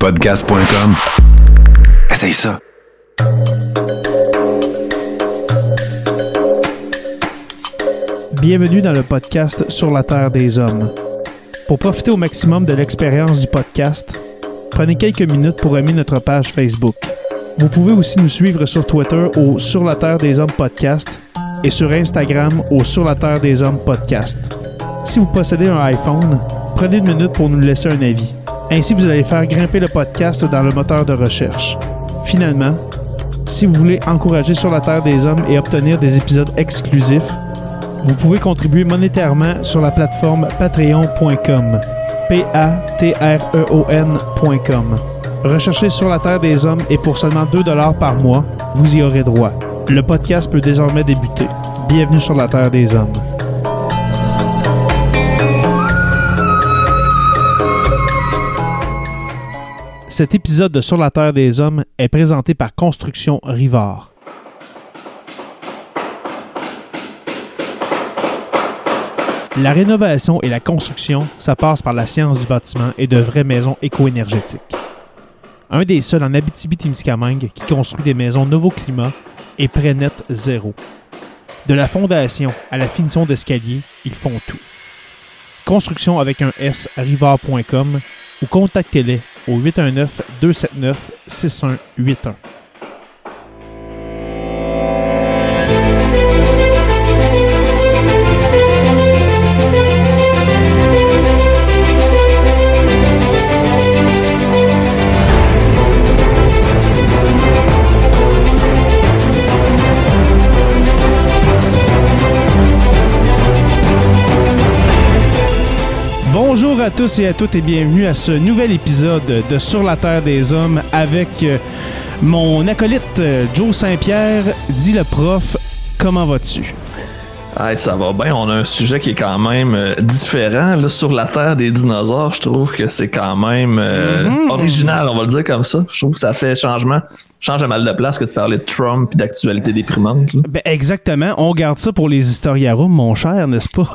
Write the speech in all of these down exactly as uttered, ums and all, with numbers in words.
podcast point com. Essaye ça. Bienvenue dans le podcast Sur la Terre des Hommes. Pour profiter au maximum de l'expérience du podcast, prenez quelques minutes pour aimer notre page Facebook. Vous pouvez aussi nous suivre sur Twitter au Sur la Terre des Hommes podcast et sur Instagram au Sur la Terre des Hommes podcast. Si vous possédez un iPhone, prenez une minute pour nous laisser un avis. Ainsi, vous allez faire grimper le podcast dans le moteur de recherche. Finalement, si vous voulez encourager Sur la Terre des Hommes et obtenir des épisodes exclusifs, vous pouvez contribuer monétairement sur la plateforme patreon point com. P A T R E O N point com. Recherchez Sur la Terre des Hommes et pour seulement deux dollars par mois, vous y aurez droit. Le podcast peut désormais débuter. Bienvenue sur la Terre des Hommes. Cet épisode de Sur la Terre des Hommes est présenté par Construction Rivard. La rénovation et la construction, ça passe par la science du bâtiment et de vraies maisons éco-énergétiques. Un des seuls en Abitibi-Témiscamingue qui construit des maisons Novoclimat et Prénet Zéro. De la fondation à la finition d'escalier, ils font tout. Construction avec un S, rivard point com ou contactez-les au huit un neuf, deux sept neuf, six un huit un. Bonjour à tous et à toutes et bienvenue à ce nouvel épisode de Sur la Terre des Hommes avec mon acolyte Joe Saint-Pierre, dit le prof. Comment vas-tu? Hey, ça va bien, on a un sujet qui est quand même euh, différent. Là, sur la Terre des dinosaures, je trouve que c'est quand même euh, mmh. original, on va le dire comme ça. Je trouve que ça fait changement. Change à mal de place que de parler de Trump et d'actualité déprimante. Ben exactement. On garde ça pour les historiarums, mon cher, n'est-ce pas?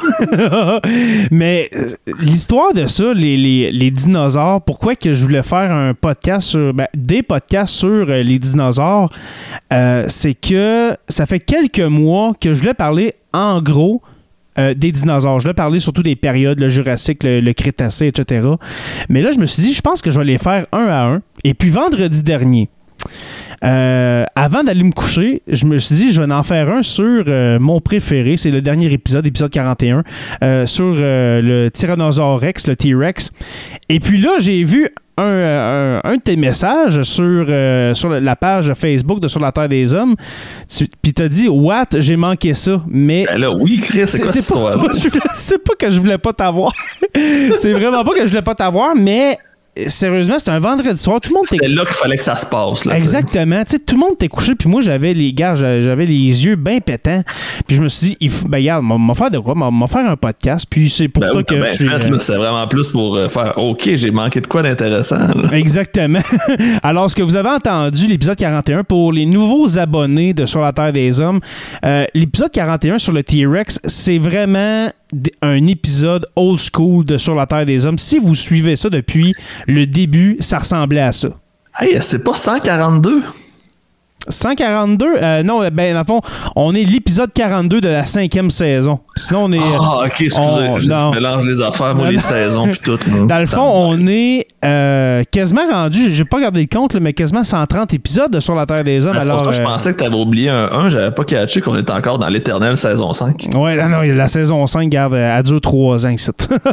Mais euh, l'histoire de ça, les, les, les dinosaures, pourquoi que je voulais faire un podcast sur, ben, des podcasts sur euh, les dinosaures, euh, c'est que ça fait quelques mois que je voulais parler en gros Euh, des dinosaures. Je voulais parler surtout des périodes, le Jurassique, le, le Crétacé, et cetera. Mais là, je me suis dit, je pense que je vais les faire un à un. Et puis vendredi dernier, euh, avant d'aller me coucher, je me suis dit, je vais en faire un sur euh, mon préféré. C'est le dernier épisode, épisode quarante et un, euh, sur euh, le Tyrannosaure Rex, le T-Rex. Et puis là, j'ai vu Un, un, un de tes messages sur, euh, sur la page Facebook de Sur la Terre des Hommes, puis t'as dit « What? J'ai manqué ça. » Mais ben là, oui, Chris, c'est, c'est quoi cette histoire-là? C'est pas que je voulais pas t'avoir. C'est vraiment pas que je voulais pas t'avoir, mais sérieusement, c'était un vendredi soir. Tout le monde C'était là qu'il fallait que ça se passe. Là, exactement. Tu sais, tout le monde était couché, puis moi, j'avais les gars, j'avais les yeux bien pétants. Puis je me suis dit, il faut, ben regarde, m'a faire de quoi? M'a faire un podcast, puis c'est pour ben ça oui, que je suis... Fait, là, c'est vraiment plus pour euh, faire, OK, j'ai manqué de quoi d'intéressant. Là. Exactement. Alors, ce que vous avez entendu, l'épisode quarante et un, pour les nouveaux abonnés de Sur la Terre des Hommes, euh, l'épisode quarante et un sur le T-Rex, c'est vraiment un épisode old school de Sur la Terre des Hommes. Si vous suivez ça depuis le début, ça ressemblait à ça. Hey, c'est pas cent quarante-deux? cent quarante-deux? Euh, non, ben, dans le fond, on est l'épisode quarante-deux de la cinquième saison. Sinon, on est... Ah, oh, OK, excusez, on, je, je mélange les affaires, moi, les saisons, puis tout. Là. Dans le fond, on est euh, quasiment rendu, j'ai pas gardé le compte, là, mais quasiment cent trente épisodes de Sur la Terre des Hommes. C'est alors, pour ça que euh, je pensais que t'avais oublié un un, j'avais pas catché qu'on était encore dans l'éternelle saison cinq. Ouais, non, non, la saison cinq, garde, elle dure trois ans ici.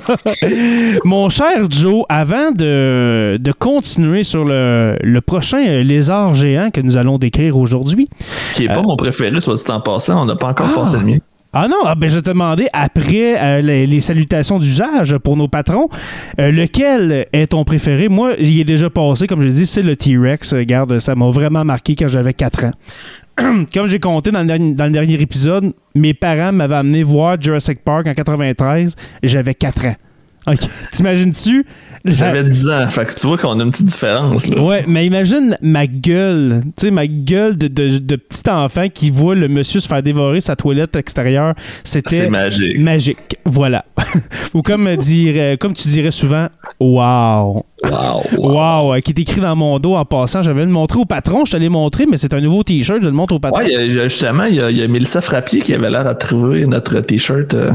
Mon cher Joe, avant de, de continuer sur le, le prochain lézard géant que nous allons décrire aujourd'hui. Qui est pas euh, mon préféré, soit dit en passant, on n'a pas encore ah, passé le mien. Ah non, ah ben je te demandais après euh, les, les salutations d'usage pour nos patrons, euh, lequel est ton préféré? Moi, il est déjà passé, comme je l'ai dit, c'est le T-Rex. Regarde, ça m'a vraiment marqué quand j'avais quatre ans. Comme j'ai compté dans le, dernier, dans le dernier épisode, mes parents m'avaient amené voir Jurassic Park en quatre-vingt-treize, j'avais quatre ans. OK. T'imagines-tu? J'avais dix ans, fait que tu vois qu'on a une petite différence. Là. Ouais, mais imagine ma gueule, tu sais, ma gueule de, de, de petit enfant qui voit le monsieur se faire dévorer sa toilette extérieure. C'était C'est magique. Magique, voilà. Ou comme, dire, comme tu dirais souvent, wow. Wow, wow. Wow, euh, qui est écrit dans mon dos en passant. Je vais le montrer au patron, je te l'ai montré, mais c'est un nouveau t-shirt, je le montre au patron. Ouais, y a, justement, il y a, y a Mélissa Frappier qui avait l'air à trouver notre t-shirt. Euh...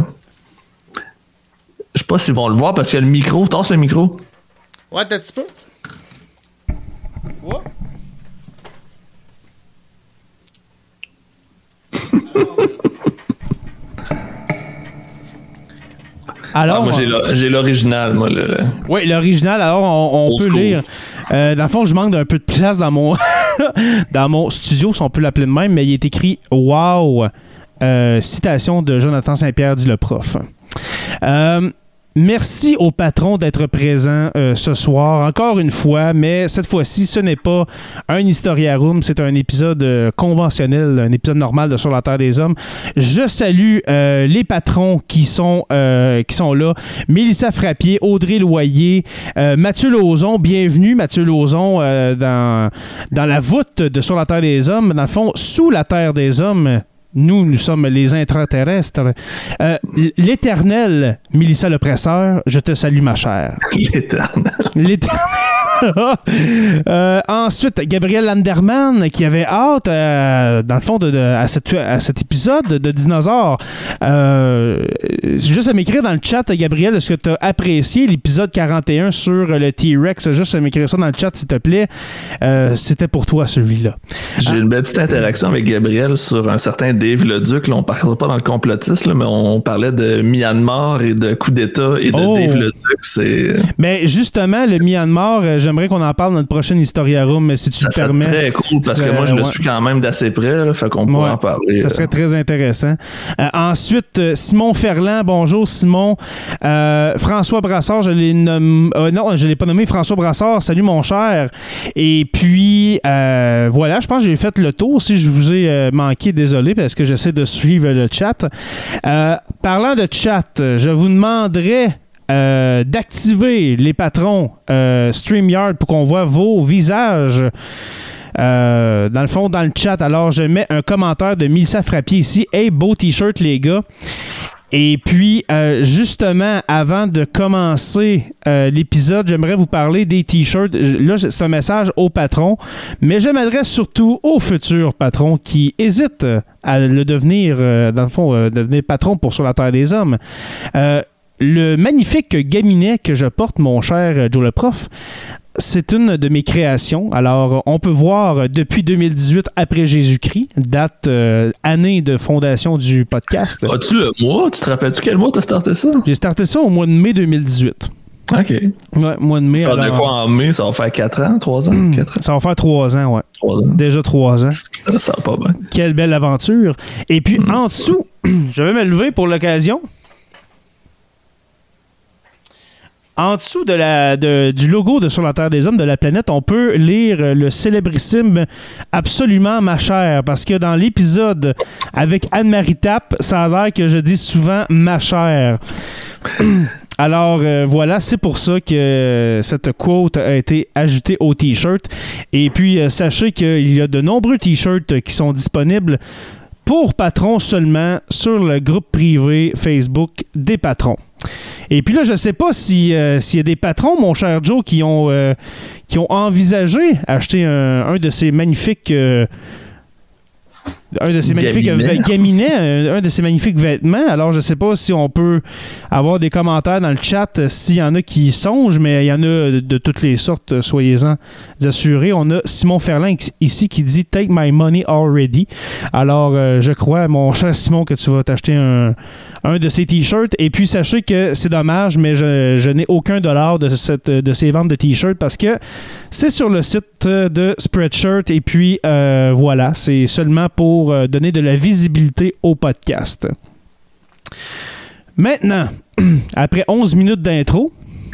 Je sais pas s'ils vont le voir parce qu'il y a le micro. Tasse le micro. Ouais, t'as un petit peu. Ouais. Alors, ah, moi, j'ai, la, j'ai l'original, moi. Le... Oui, l'original. Alors, on, on peut school. lire. Euh, dans le fond, je manque d'un peu de place dans mon dans mon studio, si on peut l'appeler de même, mais il est écrit « Wow! Euh, » citation de Jonathan Saint-Pierre, dit le prof. Euh... Merci au patron d'être présent euh, ce soir, encore une fois, mais cette fois-ci, ce n'est pas un Historiarum, c'est un épisode euh, conventionnel, un épisode normal de Sur la Terre des Hommes. Je salue euh, les patrons qui sont, euh, qui sont là. Mélissa Frappier, Audrey Loyer, euh, Mathieu Lauzon, bienvenue Mathieu Lauzon euh, dans, dans la voûte de Sur la Terre des Hommes, dans le fond, sous la Terre des Hommes. Nous, nous sommes les intraterrestres. Euh, l'éternel Mélissa Lepresseur, je te salue, ma chère. L'éternel. L'éternel. euh, ensuite, Gabriel Landerman, qui avait hâte, euh, dans le fond, de, de, à, cette, à cet épisode de Dinosaures. Euh, juste à m'écrire dans le chat, Gabriel, est-ce que tu as apprécié l'épisode quarante et un sur le T-Rex? Juste à m'écrire ça dans le chat, s'il te plaît. Euh, c'était pour toi, celui-là. J'ai ah. une belle petite interaction avec Gabriel sur un certain Dave Leduc. Là, on ne parlait pas dans le complotiste, là, mais on parlait de Myanmar et de coup d'État et de oh. Dave Leduc. C'est... Mais justement, le Myanmar, j'aimerais qu'on en parle dans notre prochaine Historiarum, mais si tu ça le permets. Ça serait très cool parce que moi, je ouais. le suis quand même d'assez près, là, fait qu'on pourrait ouais. en parler. Ça serait très intéressant. Euh, ensuite, Simon Ferland, bonjour Simon. Euh, François Brassard, je l'ai nommé. Euh, non, je ne l'ai pas nommé. François Brassard, salut mon cher. Et puis, euh, voilà, je pense que j'ai fait le tour. Si je vous ai euh, manqué, désolé, parce que j'essaie de suivre le chat. Euh, parlant de chat, je vous demanderai euh, d'activer les patrons euh, StreamYard pour qu'on voit vos visages. Euh, dans le fond, dans le chat. Alors, je mets un commentaire de Mélissa Frappier ici. Hey, beau t-shirt, les gars. Et puis, euh, justement, avant de commencer euh, l'épisode, j'aimerais vous parler des t-shirts. Là, c'est un message aux patrons, mais je m'adresse surtout aux futurs patrons qui hésitent à le devenir, euh, dans le fond, euh, devenir patron pour Sur la Terre des Hommes. Euh, le magnifique gaminet que je porte, mon cher Joe le prof, c'est une de mes créations. Alors, on peut voir depuis deux mille dix-huit, après Jésus-Christ, date, euh, année de fondation du podcast. As-tu le mois? Tu te rappelles-tu quel mois tu as starté ça? J'ai starté ça au mois de mai deux mille dix-huit. OK. Ouais, mois de mai. Faire alors... de quoi en mai? Ça va faire quatre ans, trois ans? quatre ans? Ça va faire trois ans, ouais. trois ans. Déjà trois ans. Ça, ça va pas bien. Quelle belle aventure. Et puis, mmh. en dessous, je vais me lever pour l'occasion. En dessous de la, de, du logo de Sur la Terre des Hommes de la planète, on peut lire le célébrissime « Absolument ma chère » parce que dans l'épisode avec Anne-Marie Tappe, ça a l'air que je dis souvent « ma chère ». Alors euh, voilà, c'est pour ça que cette quote a été ajoutée au t-shirt. Et puis, euh, sachez qu'il y a de nombreux t-shirts qui sont disponibles pour patrons seulement sur le groupe privé Facebook des patrons. Et puis là, je ne sais pas si, euh, s'il y a des patrons, mon cher Joe, qui ont, euh, qui ont envisagé acheter un, un de ces magnifiques... Euh, un de ces magnifiques Gaminet. gaminets, un, un de ces magnifiques vêtements. Alors, je ne sais pas si on peut avoir des commentaires dans le chat s'il y en a qui songent, mais il y en a de, de toutes les sortes, soyez-en assurés. On a Simon Ferland ici qui dit « Take my money already ». Alors, euh, je crois, mon cher Simon, que tu vas t'acheter un, un de ces t-shirts. Et puis, sachez que c'est dommage, mais je, je n'ai aucun dollar de, cette, de ces ventes de t-shirts parce que c'est sur le site de Spreadshirt. Et puis, euh, voilà, c'est seulement pour euh, donner de la visibilité au podcast. Maintenant, après onze minutes d'intro,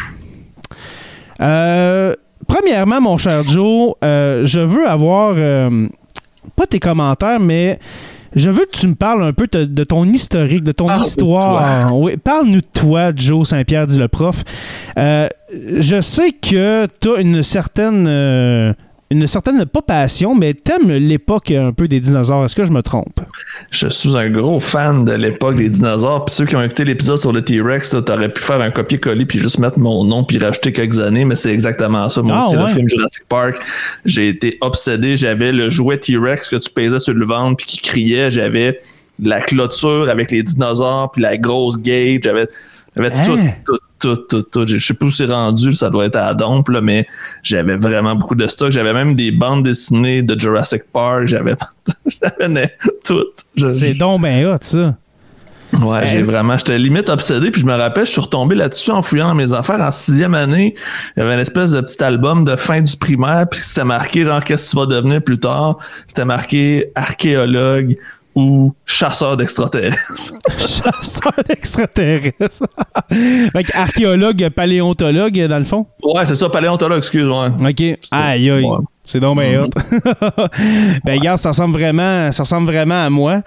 euh, premièrement, mon cher Joe, euh, je veux avoir, euh, pas tes commentaires, mais je veux que tu me parles un peu de, de ton historique, de ton Parle histoire. Oui, parle-nous de toi, Joe Saint-Pierre, dit le prof. Euh, je sais que tu as une certaine, euh, une certaine, pas passion, mais t'aimes l'époque un peu des dinosaures. Est-ce que je me trompe? Je suis un gros fan de l'époque des dinosaures. Puis ceux qui ont écouté l'épisode sur le T-Rex, là, t'aurais pu faire un copier-coller puis juste mettre mon nom puis rajouter quelques années, mais c'est exactement ça. Moi ah, aussi, ouais. le film Jurassic Park, j'ai été obsédé. J'avais le jouet T-Rex que tu pesais sur le ventre puis qui criait. J'avais la clôture avec les dinosaures puis la grosse gate. J'avais, j'avais hein? tout, tout, tout, tout, tout. Je sais pas où c'est rendu, ça doit être à la dompe, là, mais j'avais vraiment beaucoup de stock. J'avais même des bandes dessinées de Jurassic Park. J'avais, j'avais tout. Je, c'est donc ben hot, ça. Ouais, j'ai vraiment, j'étais limite obsédé, puis je me rappelle, je suis retombé là-dessus en fouillant dans mes affaires en sixième année. Il y avait une espèce de petit album de fin du primaire, puis c'était marqué genre qu'est-ce que tu vas devenir plus tard. C'était marqué archéologue ou chasseur d'extraterrestres. Chasseur d'extraterrestres. Fait archéologue, paléontologue, dans le fond? Ouais, c'est ça, paléontologue, excuse-moi. OK. Aïe, aïe. Ouais. C'est donc bien hot. Ben, regarde, ça ressemble vraiment, ça ressemble vraiment à moi.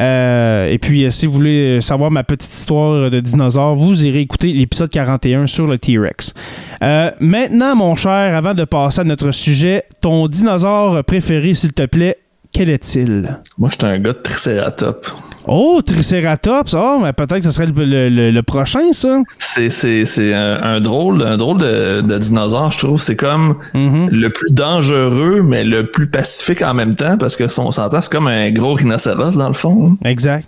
Euh, et puis, si vous voulez savoir ma petite histoire de dinosaure, vous irez écouter l'épisode quarante et un sur le T-Rex. Euh, maintenant, mon cher, avant de passer à notre sujet, ton dinosaure préféré, s'il te plaît, quel est-il? Moi, j'étais un gars de Triceratops. Oh, Triceratops! Oh, mais peut-être que ce serait le, le, le, le prochain, ça. C'est, c'est, c'est un, un drôle, un drôle de, de dinosaure, je trouve. C'est comme mm-hmm. le plus dangereux, mais le plus pacifique en même temps, parce que son s'entend, c'est comme un gros rhinocéros, dans le fond. Exact.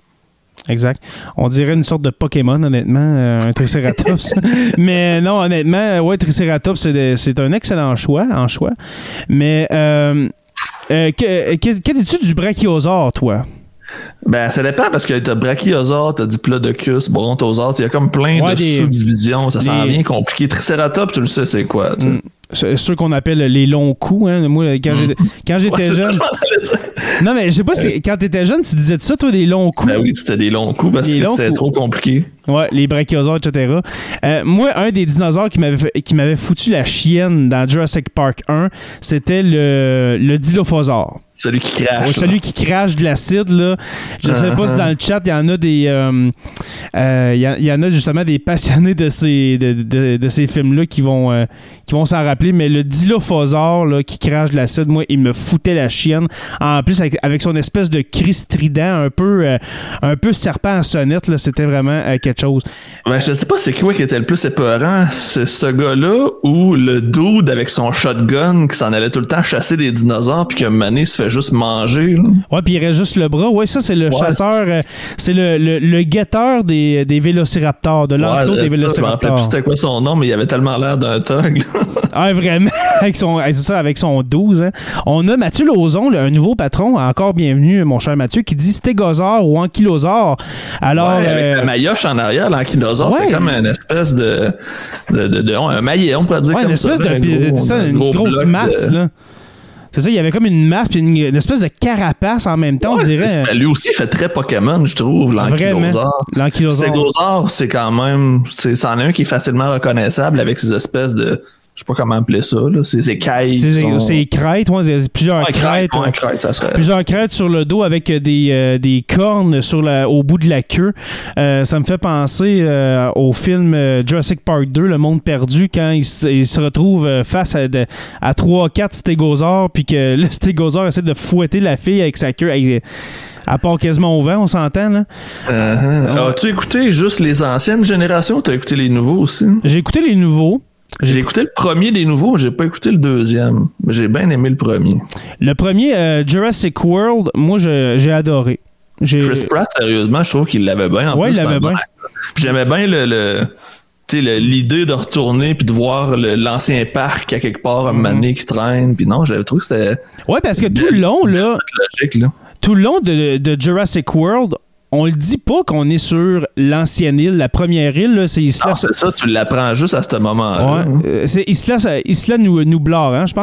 Exact. On dirait une sorte de Pokémon, honnêtement, euh, un Triceratops. Mais non, honnêtement, ouais, Triceratops, c'est, de, c'est un excellent choix, en choix. Mais, euh, euh, que, que, que dis-tu du brachiosaure, toi? Ben, ça dépend parce que t'as brachiosaure, t'as diplodocus, brontosaure, il y a comme plein ouais, de des, sous-divisions, ça s'en vient compliqué. Triceratops, tu le sais, c'est quoi, tu sais? Mm. C'est ceux qu'on appelle les longs coups. Hein. Moi, quand, mmh. j'ai, quand j'étais ouais, jeune. Non, mais je sais pas si quand t'étais jeune, tu disais de ça, toi, des longs coups. Ben oui, c'était des longs coups parce les que c'était coups. Trop compliqué. Ouais, les brachiosaures, et cetera. Euh, moi, un des dinosaures qui m'avait, qui m'avait foutu la chienne dans Jurassic Park un, c'était le, le Dilophosaure. Celui qui crache. Ouais, celui qui crache de l'acide, là. Je ne sais uh-huh. pas si dans le chat, il y en a des. Il euh, euh, y, y en a justement des passionnés de ces, de, de, de ces films-là qui vont, euh, qui vont s'en rappeler. Mais le Dilophosaure, là, qui crache de l'acide, moi, il me foutait la chienne. En plus, avec, avec son espèce de cri strident, un peu, euh, un peu serpent à sonnette, là, c'était vraiment euh, quelque chose. Ben, je sais pas c'est quoi qui était le plus épeurant, c'est ce gars-là ou le dude avec son shotgun qui s'en allait tout le temps chasser des dinosaures puis que Mané se fait juste manger. Là. Ouais, puis il reste juste le bras. Ouais, ça, c'est le ouais. chasseur, euh, c'est le, le, le guetteur des, des vélociraptors, de l'enclos ouais, des vélociraptors. Je me rappelle plus c'était quoi son nom, mais il avait tellement l'air d'un thug. Ah, vraiment, avec son, c'est ça, avec son douze. Hein. On a Mathieu Lauzon, un nouveau patron, encore bienvenue, mon cher Mathieu, qui dit stégosaure ou ankylosaure. Alors, ouais, avec euh, la maillotche en arrière, l'ankylosaure, ouais. c'est comme une espèce de, de, de, de un maillet, on peut dire ouais, comme une espèce ça. De, de, de, ça, une grosse masse, de... là. C'est ça, il y avait comme une masse puis une, une espèce de carapace en même temps, ouais, on dirait. C'est, lui aussi, il fait très Pokémon, je trouve, l'ankylosaure. L'ankylosaure. Stégosaure, c'est quand même... C'est, c'en est un qui est facilement reconnaissable avec ces espèces de... Je sais pas comment appeler ça, là. C'est ses cailles. C'est, sont... c'est crêtes, ouais, il y a plusieurs ouais, crêtes. Ouais, crêtes, ça serait... Plusieurs crêtes sur le dos avec des, euh, des cornes sur la, au bout de la queue. Euh, ça me fait penser euh, au film euh, Jurassic Park deux, Le Monde Perdu, quand il, il se retrouve face à, de, à trois quatre stégosaures, puis que le stégosaure essaie de fouetter la fille avec sa queue. Avec, à part quasiment au vent, on s'entend, là. Uh-huh. Ouais. As-tu écouté juste les anciennes générations ou t'as écouté les nouveaux aussi? J'ai écouté les nouveaux. J'ai écouté le premier des nouveaux, j'ai pas écouté le deuxième. J'ai bien aimé le premier. Le premier, euh, Jurassic World, moi, je, j'ai adoré. J'ai... Chris Pratt, sérieusement, je trouve qu'il l'avait bien. En ouais, plus, il l'avait bien. J'aimais bien le, le, le, l'idée de retourner puis de voir le, l'ancien parc à quelque part, un mm-hmm. mané qui traîne. Puis non, j'avais trouvé que c'était... Ouais, parce que tout le long, là... Logique, là. Tout le long de, de Jurassic World... On le dit pas qu'on est sur l'ancienne île, la première île. Là, c'est Isla... Non, c'est ça, tu l'apprends juste à ce moment-là. Ouais. Euh, c'est Isla, Isla Nublar, hein, je pense?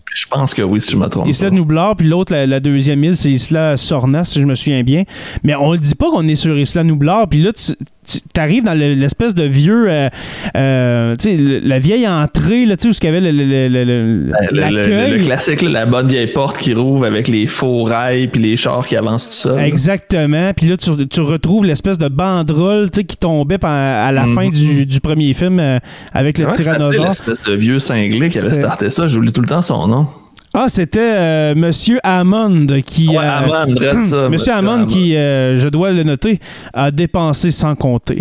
Je pense que oui, si je me trompe. Isla Nublar, puis l'autre, la, la deuxième île, c'est Isla Sorna, si je me souviens bien. Mais on ne dit pas qu'on est sur Isla Nublar, puis là, tu, tu arrives dans le, l'espèce de vieux... Euh, euh, tu sais, la vieille entrée, là, tu sais, où il y avait le, le, le, le, ben, le, le, le classique, là, la bonne vieille porte qui rouvre avec les faux rails puis les chars qui avancent tout seuls. Exactement. Puis là, tu, tu retrouves l'espèce de banderole, tu sais, qui tombait à, à la mm-hmm. fin du, du premier film euh, avec le Comment tyrannosaure. L'espèce de vieux cinglé qui avait starté ça, j'oublie tout le temps son nom. Ah, c'était euh, Monsieur Hammond qui... Ouais, euh, Hammond, reste ça. Monsieur Hammond, Hammond qui, euh, je dois le noter, a dépensé sans compter.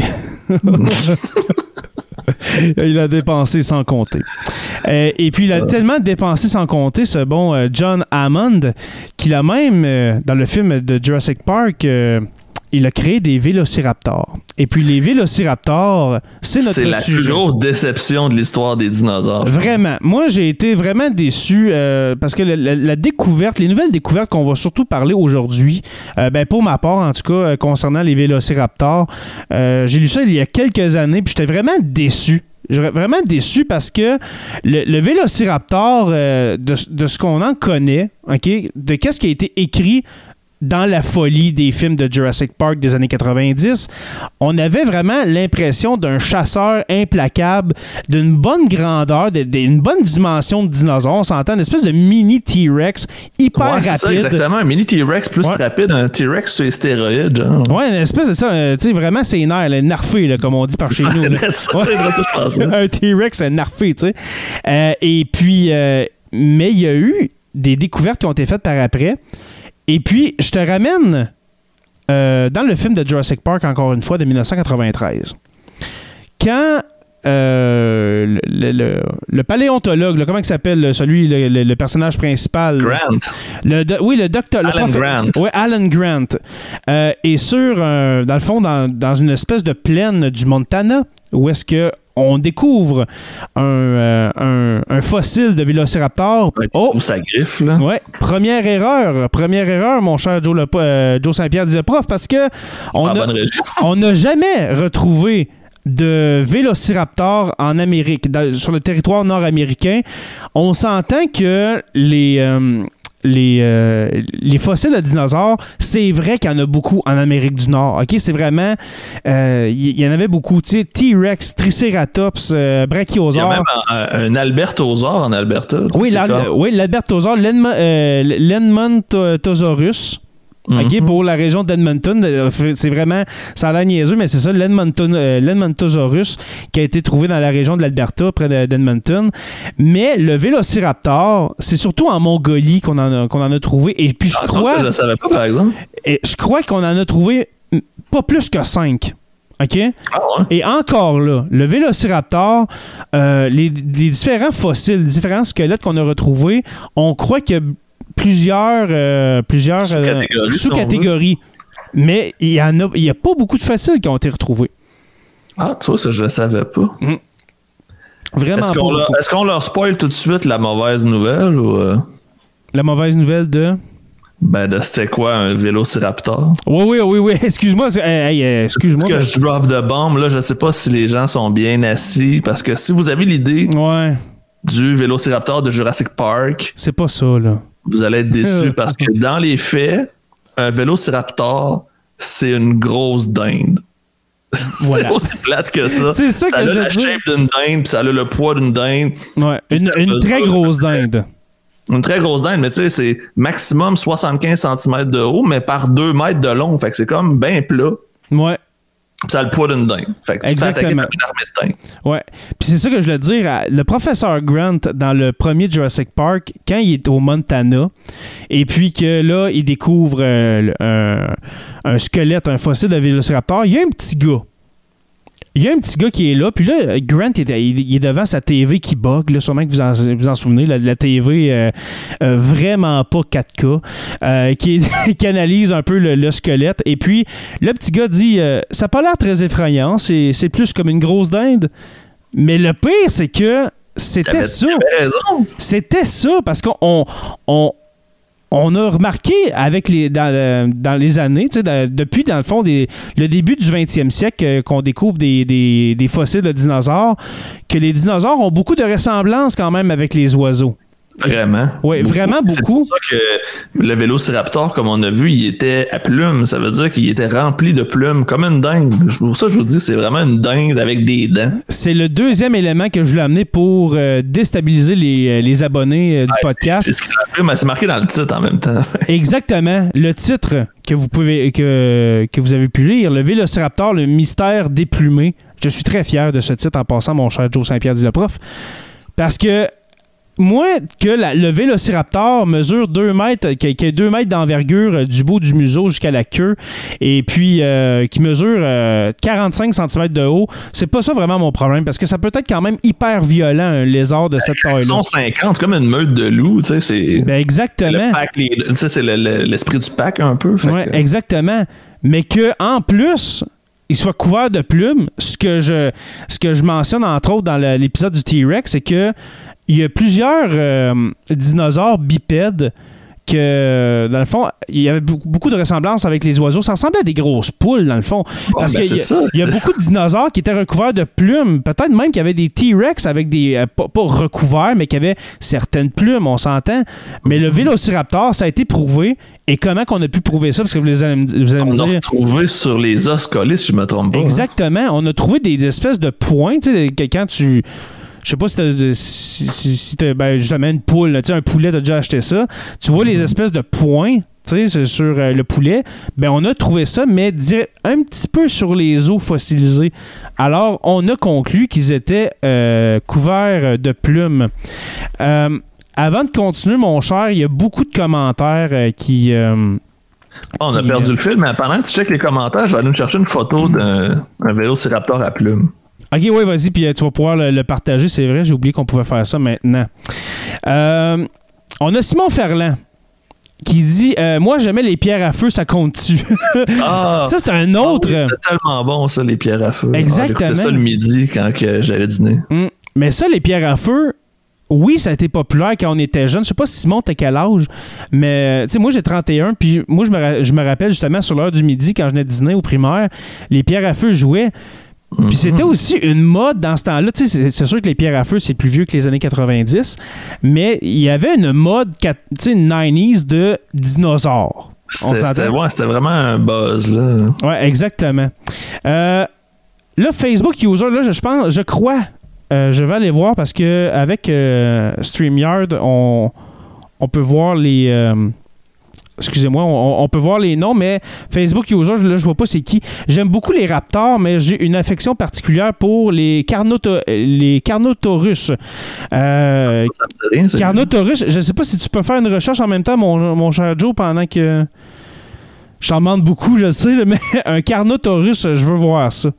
Il a dépensé sans compter. Euh, et puis, il a tellement dépensé sans compter, ce bon euh, John Hammond, qu'il a même, euh, dans le film de Jurassic Park... Euh, il a créé des vélociraptors. Et puis les vélociraptors, c'est notre sujet. C'est la sujet. plus grosse déception de l'histoire des dinosaures. Vraiment. Moi, j'ai été vraiment déçu euh, parce que la, la, la découverte, les nouvelles découvertes qu'on va surtout parler aujourd'hui, euh, ben pour ma part, en tout cas, euh, concernant les vélociraptors, euh, j'ai lu ça il y a quelques années, puis j'étais vraiment déçu. J'étais vraiment déçu parce que le, le vélociraptor, euh, de, de ce qu'on en connaît, ok, de qu'est-ce qui a été écrit dans la folie des films de Jurassic Park des années quatre-vingt-dix, on avait vraiment l'impression d'un chasseur implacable, d'une bonne grandeur, d'une bonne dimension de dinosaure. On s'entend une espèce de mini T-Rex hyper ouais, rapide. Ça, exactement, un mini T-Rex plus ouais. rapide, un T-Rex sur les stéroïdes. Genre. Ouais, une espèce de ça, euh, tu sais, vraiment c'est nerf, là, narfé, là, comme on dit par chez nous. Ça, ouais. Un T-Rex narfé, tu sais. Euh, et puis, euh, mais il y a eu des découvertes qui ont été faites par après. Et puis, je te ramène euh, dans le film de Jurassic Park, encore une fois, de dix-neuf cent quatre-vingt-treize. Quand euh, le, le, le paléontologue, là, comment il s'appelle, celui, le, le, le personnage principal? Grant. Le, do, oui, le docteur. Alan le prof, Grant. Oui, Alan Grant. Euh, est sur, euh, dans le fond, dans, dans une espèce de plaine du Montana, où est-ce que on découvre un, euh, un, un fossile de vélociraptor. Ouais, oh! Sa griffe, là. Ouais. Première erreur. Première erreur, mon cher Joe, le, euh, Joe Saint-Pierre disait prof, parce que on n'a jamais retrouvé de vélociraptor en Amérique, dans, sur le territoire nord-américain. On s'entend que les... Euh, Les, euh, les fossiles de dinosaures, c'est vrai qu'il y en a beaucoup en Amérique du Nord. Ok, c'est vraiment... Il euh, y, y en avait beaucoup. Tu sais, T-Rex, Triceratops, euh, Brachiosaure. Il y a même un, un Albertosaure en Alberta. Oui, la, oui l'Albertosaure, euh, l'Edmontosaurus. OK, mm-hmm. Pour la région d'Edmonton, c'est vraiment, ça a l'air niaiseux, mais c'est ça, l'Edmonton, euh, l'Edmontosaurus qui a été trouvé dans la région de l'Alberta, près de, d'Edmonton. Mais le vélociraptor, c'est surtout en Mongolie qu'on en a, qu'on en a trouvé. Et puis je ah, crois... Ça, je ne savais pas, par exemple. Et je crois qu'on en a trouvé pas plus que cinq. OK? Ah ouais. Et encore là, le vélociraptor, euh, les, les différents fossiles, les différents squelettes qu'on a retrouvés, on croit que plusieurs, euh, plusieurs sous-catégories. Euh, sous-catégories. Mais il y en a, il y a pas beaucoup de fossiles qui ont été retrouvés. Ah, tu vois, ça, je le savais pas. Mmh. Vraiment est-ce pas qu'on, leur, est-ce qu'on leur spoil tout de suite la mauvaise nouvelle ou... Euh... La mauvaise nouvelle de... Ben, de c'était quoi, un vélociraptor? Oui, oui, oui, oui. Excuse-moi. Hey, hey, excuse-moi. Que mais... je drop de bombe, là, je sais pas si les gens sont bien assis, parce que si vous avez l'idée ouais. du vélociraptor de Jurassic Park... C'est pas ça, là. Vous allez être déçus parce que dans les faits, un vélociraptor, c'est une grosse dinde. Voilà. C'est aussi plate que ça. C'est ça, ça que a je la dire. shape d'une dinde, puis ça a le poids d'une dinde. Ouais, une, une très grosse dinde. Une très grosse dinde, mais tu sais, c'est maximum soixante-quinze centimètres de haut, mais par deux mètres de long. Fait que c'est comme bien plat. Ouais. Ça a le poids d'une dinde. Fait que tu te fais attaquer par une armée de dinde. Ouais. Puis c'est ça que je voulais dire. Le professeur Grant, dans le premier Jurassic Park, quand il est au Montana, et puis que là, il découvre euh, un, un squelette, un fossile de vélociraptor, il y a un petit gars. Il y a un petit gars qui est là, puis là, Grant, il est, il est devant sa T V qui bug, là, sûrement que vous en, vous en souvenez, la, la T V euh, euh, vraiment pas quatre K, euh, qui, qui analyse un peu le, le squelette. Et puis, le petit gars dit, euh, ça n'a pas l'air très effrayant, c'est, c'est plus comme une grosse dinde. Mais le pire, c'est que c'était ça. C'était ça, parce qu'on... On, On a remarqué avec les, dans, dans les années, dans, depuis dans le fond des, le début du vingtième siècle euh, qu'on découvre des, des, des fossiles de dinosaures, que les dinosaures ont beaucoup de ressemblances quand même avec les oiseaux. Vraiment. Oui, vraiment beaucoup. C'est pour ça que le Vélociraptor, comme on a vu, il était à plumes. Ça veut dire qu'il était rempli de plumes, comme une dingue. Pour ça, je vous dis, c'est vraiment une dingue avec des dents. C'est le deuxième élément que je voulais amener pour euh, déstabiliser les, les abonnés euh, du ouais, podcast. C'est, c'est, c'est marqué dans le titre en même temps. Exactement. Le titre que vous pouvez que, que vous avez pu lire, le Vélociraptor, le mystère déplumé. Je suis très fier de ce titre en passant, mon cher Joe Saint-Pierre dit le prof. Parce que moi, que la, le Vélociraptor mesure deux mètres, qui a deux mètres d'envergure euh, du bout du museau jusqu'à la queue, et puis euh, qui mesure euh, quarante-cinq centimètres de haut, c'est pas ça vraiment mon problème, parce que ça peut être quand même hyper violent, un lézard de cette taille-là. cent cinquante, comme une meute de loup, tu sais, c'est... Ben exactement. Le pack, les, tu sais, c'est le, le, l'esprit du pack un peu. Oui, que... exactement. Mais que en plus... il soit couvert de plumes. Ce que je, ce que je mentionne, entre autres, dans le, l'épisode du T-Rex, c'est que il y a plusieurs euh, dinosaures bipèdes que, dans le fond, il y avait beaucoup de ressemblances avec les oiseaux. Ça ressemblait à des grosses poules, dans le fond. Parce oh, ben qu'il y, ça, y a beaucoup de dinosaures qui étaient recouverts de plumes. Peut-être même qu'il y avait des T-Rex avec des... Euh, pas, pas recouverts, mais qui avaient certaines plumes, on s'entend. Mais le Vélociraptor, ça a été prouvé. Et comment qu'on a pu prouver ça? Parce que vous allez, vous allez on me dire... On a retrouvé sur les os collés, si je ne me trompe pas. Exactement. Hein? On a trouvé des espèces de points. Tu sais, quand tu... Je sais pas si t'as, si, si, si t'as ben, justement une poule, tu sais, un poulet, t'as déjà acheté ça. Tu vois les espèces de points, tu sais, sur euh, le poulet. Ben, on a trouvé ça, mais un petit peu sur les os fossilisés. Alors, on a conclu qu'ils étaient euh, couverts de plumes. Euh, avant de continuer, mon cher, il y a beaucoup de commentaires euh, qui... Euh, Oh, on a qui, perdu euh... le fil, mais pendant que tu checkes les commentaires, je vais aller me chercher une photo d'un un Vélociraptor à plumes. OK, oui, vas-y, puis tu vas pouvoir le, le partager. C'est vrai, j'ai oublié qu'on pouvait faire ça maintenant. Euh, on a Simon Ferland qui dit euh, moi, j'aimais les pierres à feu, ça compte-tu? Ah, ça, c'est un autre. Oh, c'est tellement bon, ça, les pierres à feu. Exactement. Ah, j'écoutais ça le midi quand que j'allais dîner. Mm. Mais ça, les pierres à feu, oui, ça a été populaire quand on était jeune. Je sais pas si Simon, t'as quel âge, mais tu sais, moi, j'ai trente et un, puis moi, je me, je me rappelle justement sur l'heure du midi, quand je venais de dîner au primaire, les pierres à feu jouaient. Puis c'était aussi une mode dans ce temps-là. Tu sais, c'est, c'est sûr que les pierres à feu, c'est plus vieux que les années quatre-vingt-dix, mais il y avait une mode, tu sais, nineties de dinosaures. C'était, c'était, ouais, c'était vraiment un buzz, là. Ouais, exactement. Euh, là, Facebook User, là, je, je pense, je crois, euh, je vais aller voir parce que avec euh, StreamYard, on, on peut voir les... Euh, Excusez-moi, on, on peut voir les noms, mais Facebook User, là, je vois pas c'est qui. J'aime beaucoup les raptors, mais j'ai une affection particulière pour les, Carnoto- les Carnotaurus. Euh, rien, Carnotaurus, je sais pas si tu peux faire une recherche en même temps, mon, mon cher Joe, pendant que... Je t'en demande beaucoup, je sais, mais un Carnotaurus, je veux voir ça.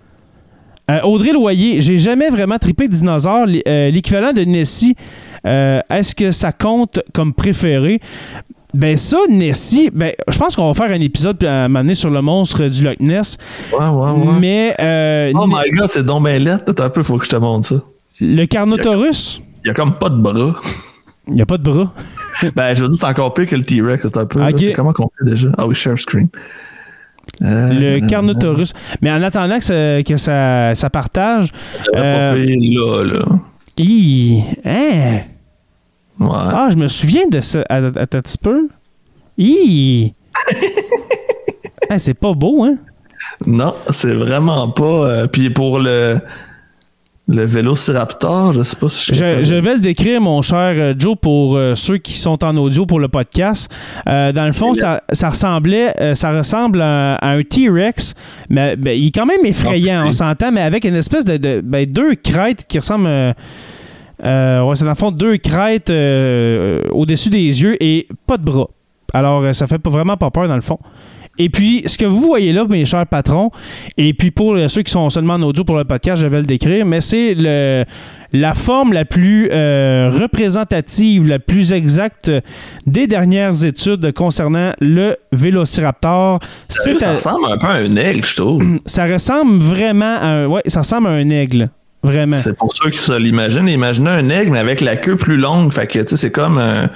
Euh, Audrey Loyer, j'ai jamais vraiment trippé dinosaure. Euh, l'équivalent de Nessie, euh, est-ce que ça compte comme préféré? Ben ça, Nessie, ben je pense qu'on va faire un épisode à un moment donné sur le monstre du Loch Ness. Ouais, ouais, ouais. Mais... Euh, oh my God, c'est donc bien lettre. Attends un peu, faut que je te montre ça. Le Carnotaurus? Il y a comme pas de bras. Il n'y a pas de bras? Ben, je veux dire, c'est encore pire que le T-Rex. C'est un peu... Okay. Là, c'est comment qu'on fait déjà? Ah oui, share screen. Euh, le Carnotaurus. Euh, Mais en attendant que ça, que ça, ça partage... Euh, pas pire là, là. Hi, hein? Ouais. Ah, je me souviens de ça. Attends un petit peu. Hi! Ah, c'est pas beau, hein? Non, c'est vraiment pas. Euh, puis pour le, le Vélociraptor, je sais pas si je sais je, je vais le décrire, mon cher Joe, pour euh, ceux qui sont en audio pour le podcast. Euh, dans le fond, ça, ça ressemblait, euh, ça ressemble à, à un T-Rex, mais ben, il est quand même effrayant, oh, on s'entend, mais avec une espèce de, de ben, deux crêtes qui ressemblent. Euh, Euh, ouais, c'est dans le fond deux crêtes euh, au-dessus des yeux et pas de bras. Alors, euh, ça fait pas, vraiment pas peur dans le fond. Et puis, ce que vous voyez là, mes chers patrons, et puis pour euh, ceux qui sont seulement en audio pour le podcast, je vais le décrire, mais c'est le, la forme la plus euh, représentative, la plus exacte des dernières études concernant le Vélociraptor. C'est ça à... ressemble un peu à un aigle, je trouve. Ça ressemble vraiment à un... Ouais, ça ressemble à un aigle. Vraiment. C'est pour ceux qui se l'imaginent. Imaginez un aigle, mais avec la queue plus longue. Fait que, tu sais, c'est comme un,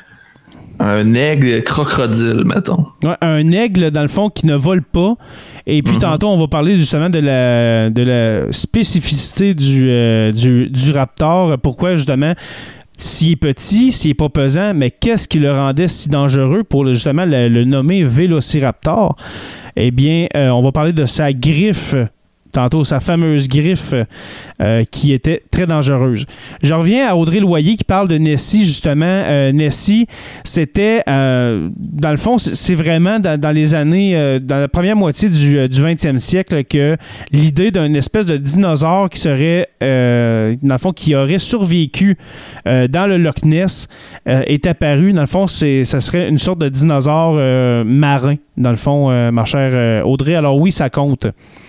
un aigle crocodile, mettons. Ouais, un aigle, dans le fond, qui ne vole pas. Et puis, mm-hmm. tantôt, on va parler justement de la, de la spécificité du, euh, du, du raptor. Pourquoi, justement... Tu s'il est petit, s'il n'est pas pesant, mais qu'est-ce qui le rendait si dangereux pour justement le, le nommer Vélociraptor? Eh bien, euh, on va parler de sa griffe. Tantôt, sa fameuse griffe euh, qui était très dangereuse. Je reviens à Audrey Loyer qui parle de Nessie, justement. Euh, Nessie, c'était, euh, dans le fond, c'est vraiment dans, dans les années, euh, dans la première moitié du, du vingtième siècle que l'idée d'une espèce de dinosaure qui serait, euh, dans le fond, qui aurait survécu euh, dans le Loch Ness euh, est apparue. Dans le fond, c'est, ça serait une sorte de dinosaure euh, marin, dans le fond, euh, ma chère euh, Audrey. Alors oui, ça compte.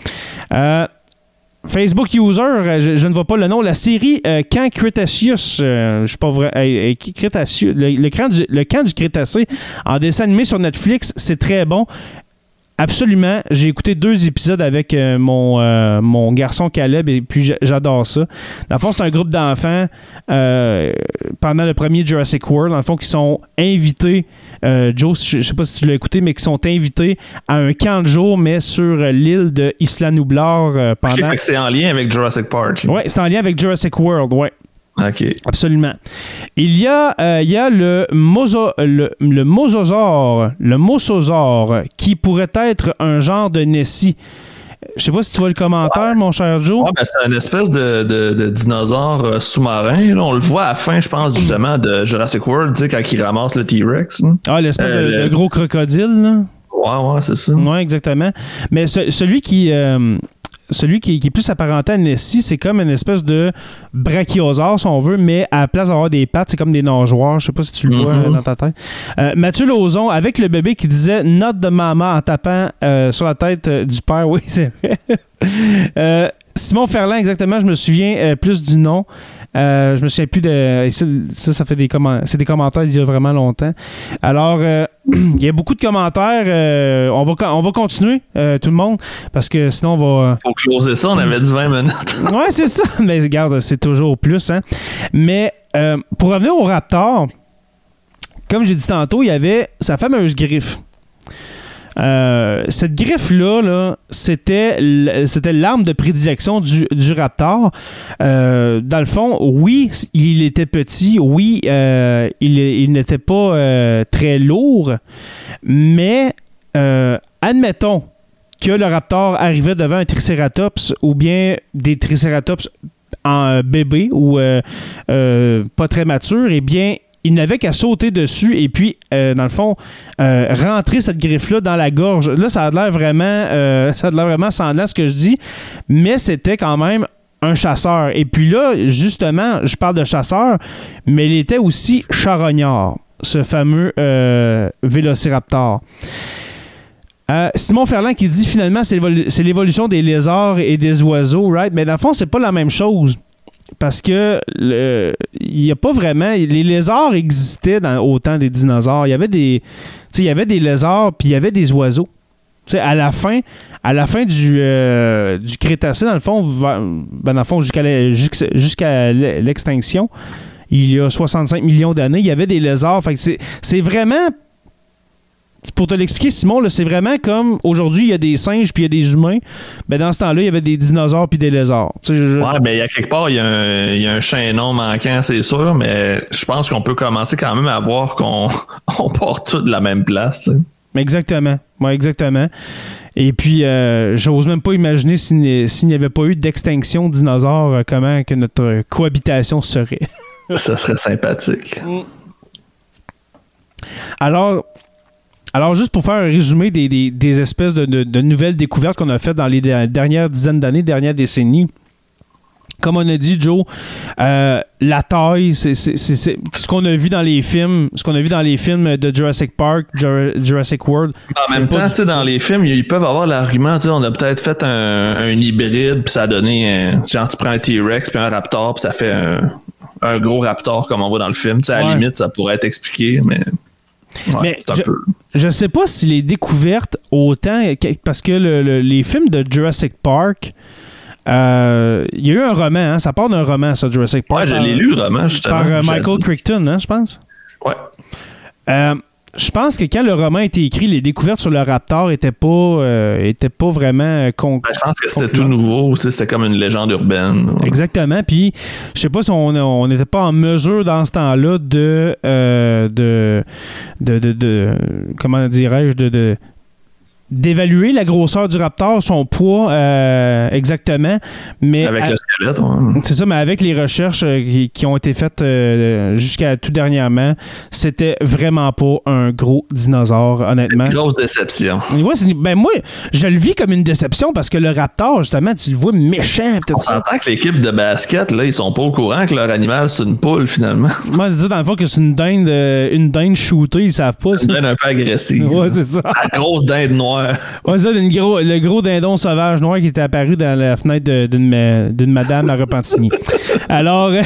Euh, Facebook User, je, je ne vois pas le nom, la série euh, Camp Cretaceous, euh, je suis pas vrai, euh, Cretaceous, le, le, camp du, le camp du Crétacé en dessin animé sur Netflix, c'est très bon. Absolument. J'ai écouté deux épisodes avec euh, mon, euh, mon garçon Caleb et puis j'adore ça. Dans le fond, c'est un groupe d'enfants euh, pendant le premier Jurassic World, dans le fond, qui sont invités. Euh, Joe, je ne sais pas si tu l'as écouté, mais qui sont invités à un camp de jour, mais sur l'île de Isla Nublar euh, pendant... Okay, fait que c'est en lien avec Jurassic Park. Oui, c'est en lien avec Jurassic World, oui. OK. Absolument. Il y a, euh, il y a le, moso, le, le mosasaure, le mosasaure, qui pourrait être un genre de Nessie. Je sais pas si tu vois le commentaire, ouais. mon cher Joe. Ouais, ben c'est une espèce de, de, de dinosaure euh, sous-marin. Là. On le voit à la fin, je pense, justement, de Jurassic World, tu sais, quand il ramasse le T-Rex. Hein. Ah, l'espèce euh, de, le... de gros crocodile, là. Ouais, ouais, c'est ça. Oui, exactement. Mais ce, celui qui... Euh, Celui qui, qui est plus apparenté à Nessie, c'est comme une espèce de brachiosaure, si on veut, mais à la place d'avoir des pattes, c'est comme des nageoires. Je sais pas si tu le vois mm-hmm. dans ta tête. Euh, Mathieu Lauzon, avec le bébé qui disait « Note de maman » en tapant euh, sur la tête euh, du père. Oui, c'est vrai. euh, Simon Ferland, exactement, je me souviens euh, plus du nom. Euh, je me souviens plus de... Ça, ça, ça fait des commentaires. C'est des commentaires d'il y a vraiment longtemps. Alors, euh, il y a beaucoup de commentaires. Euh, on, va, on va continuer, euh, tout le monde, parce que sinon, on va... Faut closer ça, on avait dit vingt minutes. Ouais, c'est ça. Mais regarde, c'est toujours plus, hein. Mais euh, pour revenir au Raptor, comme j'ai dit tantôt, il y avait sa fameuse griffe. Euh, cette griffe-là, là, c'était, c'était l'arme de prédilection du, du Raptor. Euh, dans le fond, oui, il était petit, oui, euh, il, il n'était pas euh, très lourd, mais euh, admettons que le Raptor arrivait devant un Triceratops ou bien des Triceratops en bébé ou euh, euh, pas très mature, eh bien, il n'avait qu'à sauter dessus et puis, euh, dans le fond, euh, rentrer cette griffe-là dans la gorge. Là, ça a l'air vraiment, euh, ça a l'air vraiment semblant ce que je dis, mais c'était quand même un chasseur. Et puis là, justement, je parle de chasseur, mais il était aussi charognard, ce fameux euh, Vélociraptor. Euh, Simon Ferland qui dit finalement c'est, l'évolu- c'est l'évolution des lézards et des oiseaux, right? Mais dans le fond, c'est pas la même chose. Parce que il n'y a pas vraiment... Les lézards existaient dans, au temps des dinosaures. Il y avait des... Il y avait des lézards puis il y avait des oiseaux. T'sais, à la fin, à la fin du, euh, du Crétacé, dans le fond, ben, dans le fond jusqu'à, jusqu'à, jusqu'à l'extinction, il y a soixante-cinq millions d'années, il y avait des lézards. Fait que c'est, c'est vraiment... Pour te l'expliquer, Simon, là, c'est vraiment comme aujourd'hui, il y a des singes puis il y a des humains. Ben, dans ce temps-là, il y avait des dinosaures puis des lézards. Je, je... Ouais, ben, il y a quelque part, il y a un, il y a un chaînon manquant, c'est sûr, mais je pense qu'on peut commencer quand même à voir qu'on on part tous de la même place. T'sais. Exactement. Ouais, exactement. Et puis, euh, j'ose même pas imaginer s'il, s'il n'y avait pas eu d'extinction de dinosaures, euh, comment que notre cohabitation serait. Ça serait sympathique. Alors. Alors, juste pour faire un résumé des, des, des espèces de, de, de nouvelles découvertes qu'on a faites dans les dernières dizaines d'années, dernières décennies, comme on a dit, Joe, euh, la taille, c'est, c'est, c'est, c'est ce qu'on a vu dans les films, ce qu'on a vu dans les films de Jurassic Park, Jurassic World. En même temps, tu sais, dans les films, ils peuvent avoir l'argument, tu sais, on a peut-être fait un, un hybride, puis ça a donné, un, genre, tu prends un T-Rex puis un Raptor, puis ça fait un, un gros Raptor comme on voit dans le film. Tu sais, à la ouais. limite, ça pourrait être expliqué, mais... Ouais, mais c'est un je, peu... je sais pas si les découvertes autant parce que le, le, les films de Jurassic Park, il euh, y a eu un roman, hein, ça part d'un roman, ça, Jurassic Park. Ouais, je l'ai lu le roman, justement. Par euh, Michael Crichton, hein, je pense. Ouais. Euh, je pense que quand le roman a été écrit, les découvertes sur le Raptor étaient pas, euh, étaient pas vraiment con- ben, je pense que c'était tout nouveau. C'était comme une légende urbaine. Ouais. Exactement. Puis, je sais pas si on n'était pas en mesure dans ce temps-là de, euh, de, de, de, de, comment dirais-je, de, de d'évaluer la grosseur du Raptor, son poids euh, exactement. Mais avec à, le squelette, ouais. C'est ça, mais avec les recherches euh, qui, qui ont été faites euh, jusqu'à tout dernièrement, c'était vraiment pas un gros dinosaure, honnêtement. Une grosse déception. Ouais, c'est, ben moi, je le vis comme une déception parce que le Raptor, justement, tu le vois méchant. On s'entend que l'équipe de basket, là, ils sont pas au courant que leur animal, c'est une poule, finalement. Moi, je dis dans le fond que c'est une dinde, euh, une dinde shootée, ils savent pas. Une dinde un peu agressive. Ouais, c'est ça. La grosse dinde noire. Ouais, ça, une gros, le gros dindon sauvage noir qui était apparu dans la fenêtre de, d'une, d'une madame à Repentigny. Alors, ouais,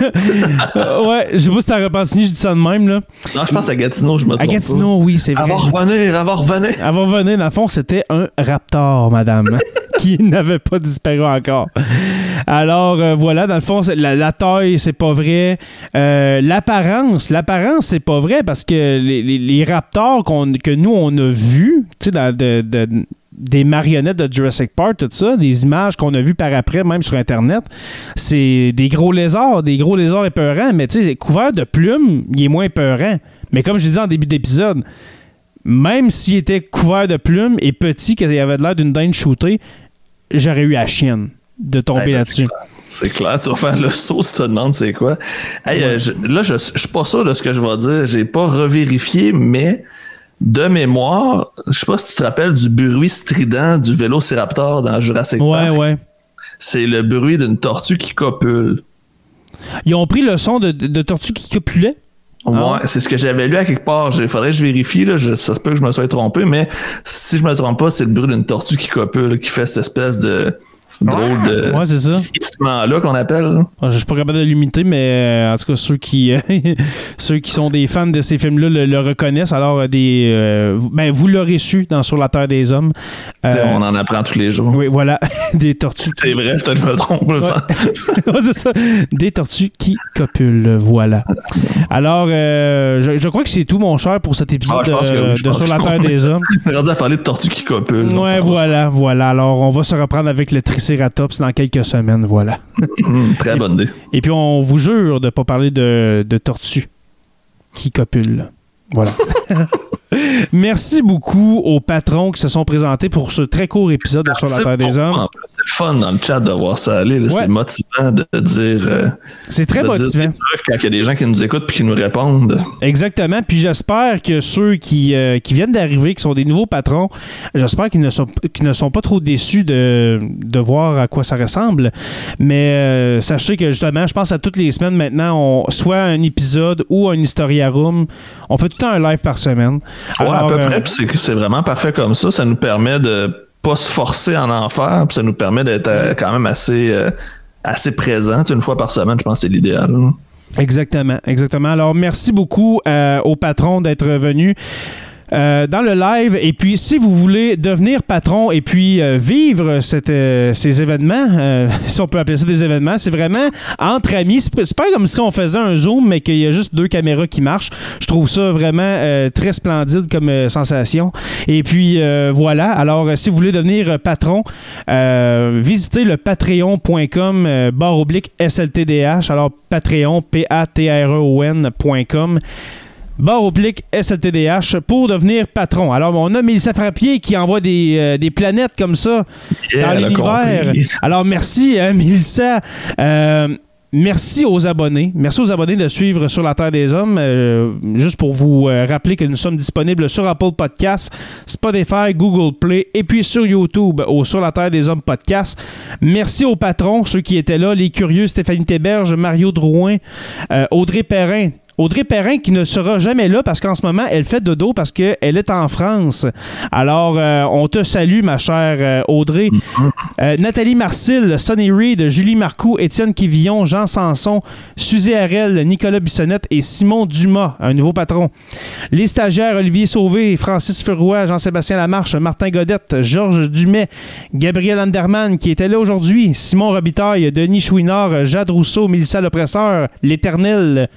je sais pas si c'est à Repentigny, je dis ça de même, là. Non, je pense à Gatineau, je me trompe. À Gatineau, pas. Oui, c'est vrai. Elle va revenir, elle va revenir. Elle va revenir, dans le fond, c'était un raptor, madame, qui n'avait pas disparu encore. Alors, euh, voilà, dans le fond, c'est, la, la taille, c'est pas vrai. Euh, l'apparence, l'apparence, c'est pas vrai parce que les, les, les raptors qu'on, que nous, on a vus, tu sais, dans de, de, des marionnettes de Jurassic Park, tout ça, des images qu'on a vues par après, même sur Internet, c'est des gros lézards, des gros lézards épeurants, mais tu sais, couvert de plumes, il est moins épeurant. Mais comme je l'ai dit en début d'épisode, même s'il était couvert de plumes et petit, qu'il avait l'air d'une dinde shootée, j'aurais eu la chienne de tomber hey, là-dessus. C'est clair, tu vas faire le saut si tu te demandes c'est quoi. Hey, ouais. euh, je, là, je, je suis pas sûr de ce que je vais dire. J'ai pas revérifié, mais de mémoire, je sais pas si tu te rappelles du bruit strident du vélociraptor dans Jurassic ouais, Park. Ouais, ouais. C'est le bruit d'une tortue qui copule. Ils ont pris le son de, de, de tortue qui copulait? Ouais, ah. C'est ce que j'avais lu à quelque part. Il faudrait que je vérifie. Là. Je, ça se peut que je me sois trompé, mais si je me trompe pas, c'est le bruit d'une tortue qui copule, qui fait cette espèce de drôle de ouais, c'est ça. là qu'on appelle. Je suis pas capable de l'imiter, mais euh, en tout cas, ceux qui euh, ceux qui sont des fans de ces films-là le, le reconnaissent. Alors, des euh, ben, vous l'aurez su dans Sur la Terre des Hommes. Euh, on en apprend tous les jours. Oui, voilà. Des tortues. C'est vrai, peut-être que je me trompe. Ouais. Ouais, c'est ça. Des tortues qui copulent. Voilà. Alors, euh, je, je crois que c'est tout, mon cher, pour cet épisode ah, de, oui, de Sur la Terre des Hommes. On est rendu à parler de tortues qui copulent. Ouais, voilà, voilà. Alors, on va se reprendre avec le Triceratops dans quelques semaines. Voilà. Mmh, très bonne idée. Et, et puis, on vous jure de ne pas parler de, de tortues qui copulent. Voilà. Merci beaucoup aux patrons qui se sont présentés pour ce très court épisode de Sur la Terre des Hommes. C'est le fun dans le chat de voir ça aller. Là. Ouais. C'est motivant de dire... Euh, c'est très motivant. Dire quand il y a des gens qui nous écoutent et qui nous répondent. Exactement. Puis j'espère que ceux qui, euh, qui viennent d'arriver, qui sont des nouveaux patrons, j'espère qu'ils ne sont, qu'ils ne sont pas trop déçus de, de voir à quoi ça ressemble. Mais euh, sachez que justement, je pense à toutes les semaines maintenant, on, soit un épisode ou un Historia Room, on fait tout le temps un live par semaine. Ouais, Alors, à peu euh, près, puis c'est, c'est vraiment parfait comme ça. Ça nous permet de pas se forcer en en faire, puis ça nous permet d'être euh, quand même assez, euh, assez présent. Une fois par semaine, je pense que c'est l'idéal. Là. Exactement, exactement. Alors, merci beaucoup euh, aux patrons d'être venus. Euh, dans le live. Et puis, si vous voulez devenir patron et puis euh, vivre cette, euh, ces événements, euh, si on peut appeler ça des événements, c'est vraiment entre amis. C'est, c'est pas comme si on faisait un Zoom, mais qu'il y a juste deux caméras qui marchent. Je trouve ça vraiment euh, très splendide comme euh, sensation. Et puis, euh, voilà. Alors, euh, si vous voulez devenir patron, euh, visitez le patreon point com euh, barre oblique S L T D H. Alors, Patreon, P A T R E O N point com barre oblique S L T D H pour devenir patron. Alors, on a Mélissa Frappier qui envoie des, euh, des planètes comme ça yeah, dans l'univers. Alors, merci, hein, Mélissa. Euh, merci aux abonnés. Merci aux abonnés de suivre Sur la Terre des Hommes. Euh, juste pour vous euh, rappeler que nous sommes disponibles sur Apple Podcasts, Spotify, Google Play et puis sur YouTube au Sur la Terre des Hommes podcast. Merci aux patrons, ceux qui étaient là, les curieux, Stéphanie Théberge, Mario Drouin, euh, Audrey Perrin. Audrey Perrin qui ne sera jamais là parce qu'en ce moment, elle fait dodo parce qu'elle est en France. Alors, euh, on te salue, ma chère euh, Audrey. Mm-hmm. Euh, Nathalie Marcil, Sonny Reed, Julie Marcoux, Étienne Quivillon, Jean Sanson, Suzy Harel, Nicolas Bissonnette et Simon Dumas, un nouveau patron. Les stagiaires, Olivier Sauvé, Francis Furoy, Jean-Sébastien Lamarche, Martin Godette, Georges Dumais, Gabriel Anderman qui était là aujourd'hui, Simon Robitaille, Denis Chouinard, Jade Rousseau, Mélissa Lepresseur, l'Éternel,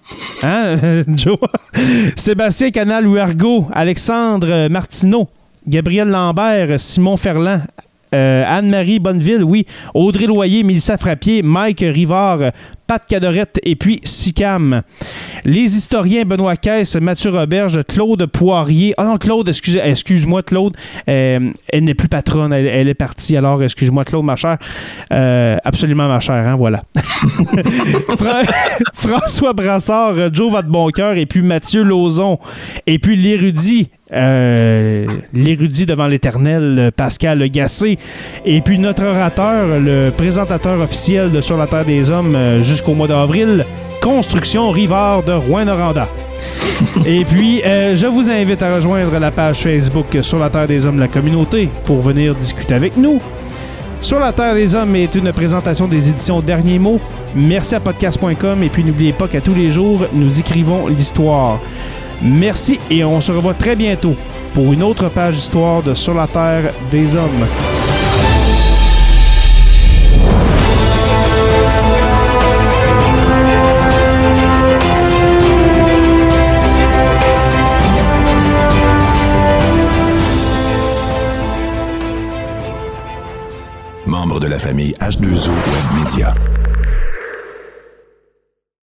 Hein, Joe? Sébastien Canal-Huergo, Alexandre Martineau, Gabriel Lambert, Simon Ferland, euh, Anne-Marie Bonneville, oui, Audrey Loyer, Mélissa Frappier, Mike Rivard, Pat Cadorette et puis Sicam. Les historiens Benoît Caisse, Mathieu Roberge, Claude Poirier. Ah non, Claude, excuse, excuse-moi, Claude. Euh, elle n'est plus patronne, elle, elle est partie. Alors, excuse-moi, Claude, ma chère. Euh, absolument, ma chère, hein, voilà. Fra- François Brassard, Joe Vadeboncoeur et puis Mathieu Lauzon. Et puis l'érudit. Euh, l'érudit devant l'éternel Pascal Gassé et puis notre orateur, le présentateur officiel de Sur la Terre des Hommes euh, jusqu'au mois d'avril, Construction Rivard de Rouyn-Noranda. Et puis euh, je vous invite à rejoindre la page Facebook Sur la Terre des Hommes, la communauté, pour venir discuter avec nous. Sur la Terre des Hommes est une présentation des éditions Derniers Mots. Merci à podcast point com et puis n'oubliez pas qu'à tous les jours nous écrivons l'histoire. Merci et on se revoit très bientôt pour une autre page d'histoire de Sur la Terre des Hommes. Membre de la famille H deux O Web Media.